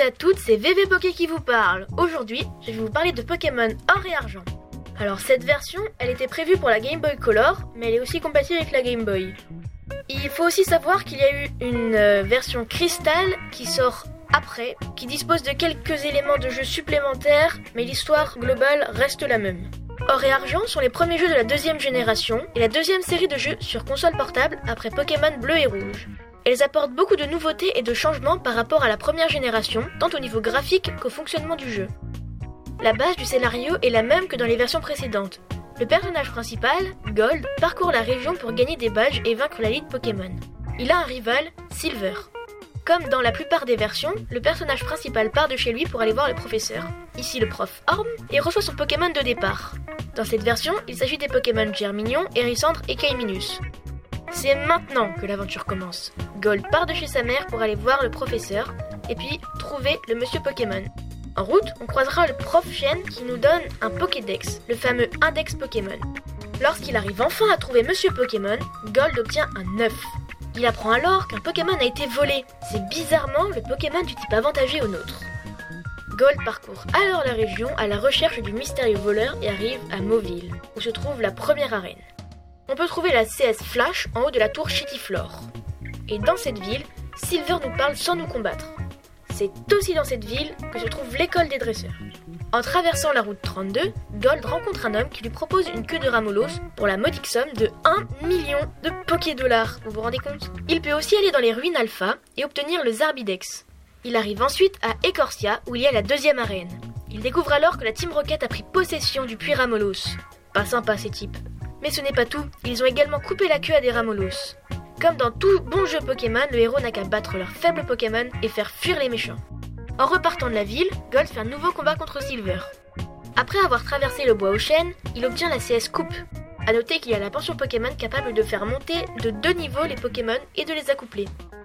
à toutes, c'est VV Poké qui vous parle. Aujourd'hui, je vais vous parler de Pokémon Or et Argent. Alors cette version, elle était prévue pour la Game Boy Color, mais elle est aussi compatible avec la Game Boy. Il faut aussi savoir qu'il y a eu une version Crystal qui sort après, qui dispose de quelques éléments de jeu supplémentaires, mais l'histoire globale reste la même. Or et Argent sont les premiers jeux de la deuxième génération et la deuxième série de jeux sur console portable après Pokémon Bleu et Rouge. Elles apportent beaucoup de nouveautés et de changements par rapport à la première génération, tant au niveau graphique qu'au fonctionnement du jeu. La base du scénario est la même que dans les versions précédentes. Le personnage principal, Gold, parcourt la région pour gagner des badges et vaincre la ligue Pokémon. Il a un rival, Silver. Comme dans la plupart des versions, le personnage principal part de chez lui pour aller voir le professeur, ici le prof Orm, et reçoit son Pokémon de départ. Dans cette version, il s'agit des Pokémon Germignon, Hérissandre et Kaiminus. C'est maintenant que l'aventure commence. Gold part de chez sa mère pour aller voir le professeur, et puis trouver le monsieur Pokémon. En route, on croisera le prof Chien qui nous donne un Pokédex, le fameux index Pokémon. Lorsqu'il arrive enfin à trouver monsieur Pokémon, Gold obtient un œuf. Il apprend alors qu'un Pokémon a été volé. C'est bizarrement le Pokémon du type avantagé au nôtre. Gold parcourt alors la région à la recherche du mystérieux voleur et arrive à Mauville, où se trouve la première arène. On peut trouver la CS Flash en haut de la tour Chitiflore. Et dans cette ville, Silver nous parle sans nous combattre. C'est aussi dans cette ville que se trouve l'école des dresseurs. En traversant la route 32, Gold rencontre un homme qui lui propose une queue de Ramolos pour la modique somme de 1 million de Pokédollars. Vous vous rendez compte ? Il peut aussi aller dans les ruines Alpha et obtenir le Zarbidex. Il arrive ensuite à Ecorcia où il y a la deuxième arène. Il découvre alors que la Team Rocket a pris possession du puits Ramolos. Pas sympa ces types. Mais ce n'est pas tout, ils ont également coupé la queue à des Ramolos. Comme dans tout bon jeu Pokémon, le héros n'a qu'à battre leurs faibles Pokémon et faire fuir les méchants. En repartant de la ville, Gold fait un nouveau combat contre Silver. Après avoir traversé le bois aux chênes, il obtient la CS Coupe. A noter qu'il y a la pension Pokémon capable de faire monter de 2 niveaux les Pokémon et de les accoupler.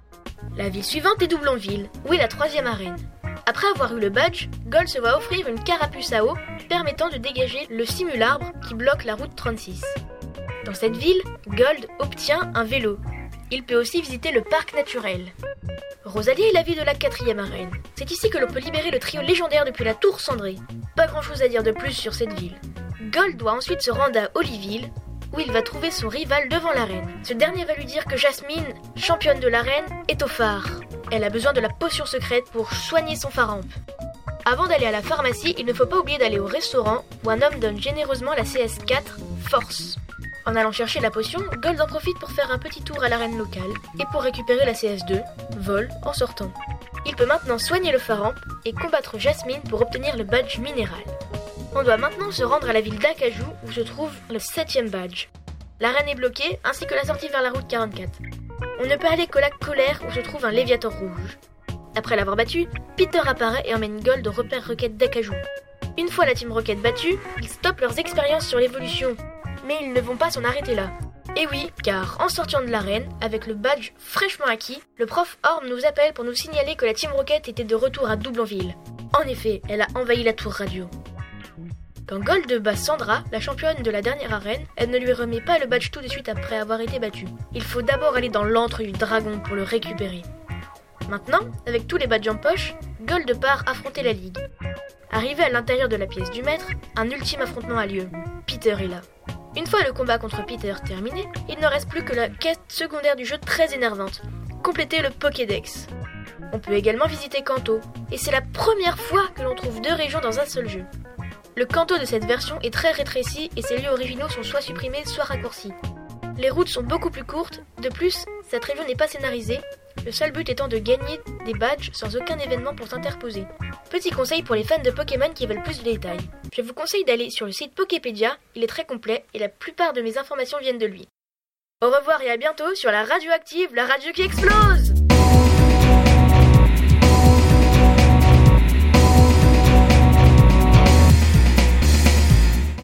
La ville suivante est Doublonville, où est la troisième arène. Après avoir eu le badge, Gold se voit offrir une carapuce à eau permettant de dégager le simularbre qui bloque la route 36. Dans cette ville, Gold obtient un vélo. Il peut aussi visiter le parc naturel. Rosalie est la ville de la quatrième arène. C'est ici que l'on peut libérer le trio légendaire depuis la tour cendrée. Pas grand chose à dire de plus sur cette ville. Gold doit ensuite se rendre à Oliville, où il va trouver son rival devant l'arène. Ce dernier va lui dire que Jasmine, championne de l'arène, est au phare. Elle a besoin de la potion secrète pour soigner son pharamp. Avant d'aller à la pharmacie, il ne faut pas oublier d'aller au restaurant où un homme donne généreusement la CS4 Force. En allant chercher la potion, Gold en profite pour faire un petit tour à l'arène locale et pour récupérer la CS2, Vol, en sortant. Il peut maintenant soigner le pharamp et combattre Jasmine pour obtenir le badge minéral. On doit maintenant se rendre à la ville d'Akajou où se trouve le 7ème badge. L'arène est bloquée ainsi que la sortie vers la route 44. On ne peut aller qu'au lac Colère où se trouve un Léviator rouge. Après l'avoir battu, Peter apparaît et emmène Gold au repère Rocket d'Akajou. Une fois la Team Rocket battue, ils stoppent leurs expériences sur l'évolution. Mais ils ne vont pas s'en arrêter là. Et oui, car en sortant de l'arène, avec le badge fraîchement acquis, le prof Orm nous appelle pour nous signaler que la Team Rocket était de retour à Doublonville. En effet, elle a envahi la tour radio. Quand Gold bat Sandra, la championne de la dernière arène, elle ne lui remet pas le badge tout de suite après avoir été battue. Il faut d'abord aller dans l'antre du dragon pour le récupérer. Maintenant, avec tous les badges en poche, Gold part affronter la Ligue. Arrivé à l'intérieur de la pièce du maître, un ultime affrontement a lieu. Peter est là. Une fois le combat contre Peter terminé, il ne reste plus que la quête secondaire du jeu très énervante. Compléter le Pokédex. On peut également visiter Kanto, et c'est la première fois que l'on trouve 2 régions dans un seul jeu. Le Kanto de cette version est très rétréci et ses lieux originaux sont soit supprimés, soit raccourcis. Les routes sont beaucoup plus courtes, de plus, cette région n'est pas scénarisée, le seul but étant de gagner des badges sans aucun événement pour s'interposer. Petit conseil pour les fans de Pokémon qui veulent plus de détails. Je vous conseille d'aller sur le site Poképédia, il est très complet et la plupart de mes informations viennent de lui. Au revoir et à bientôt sur la Radioactive, la radio qui explose!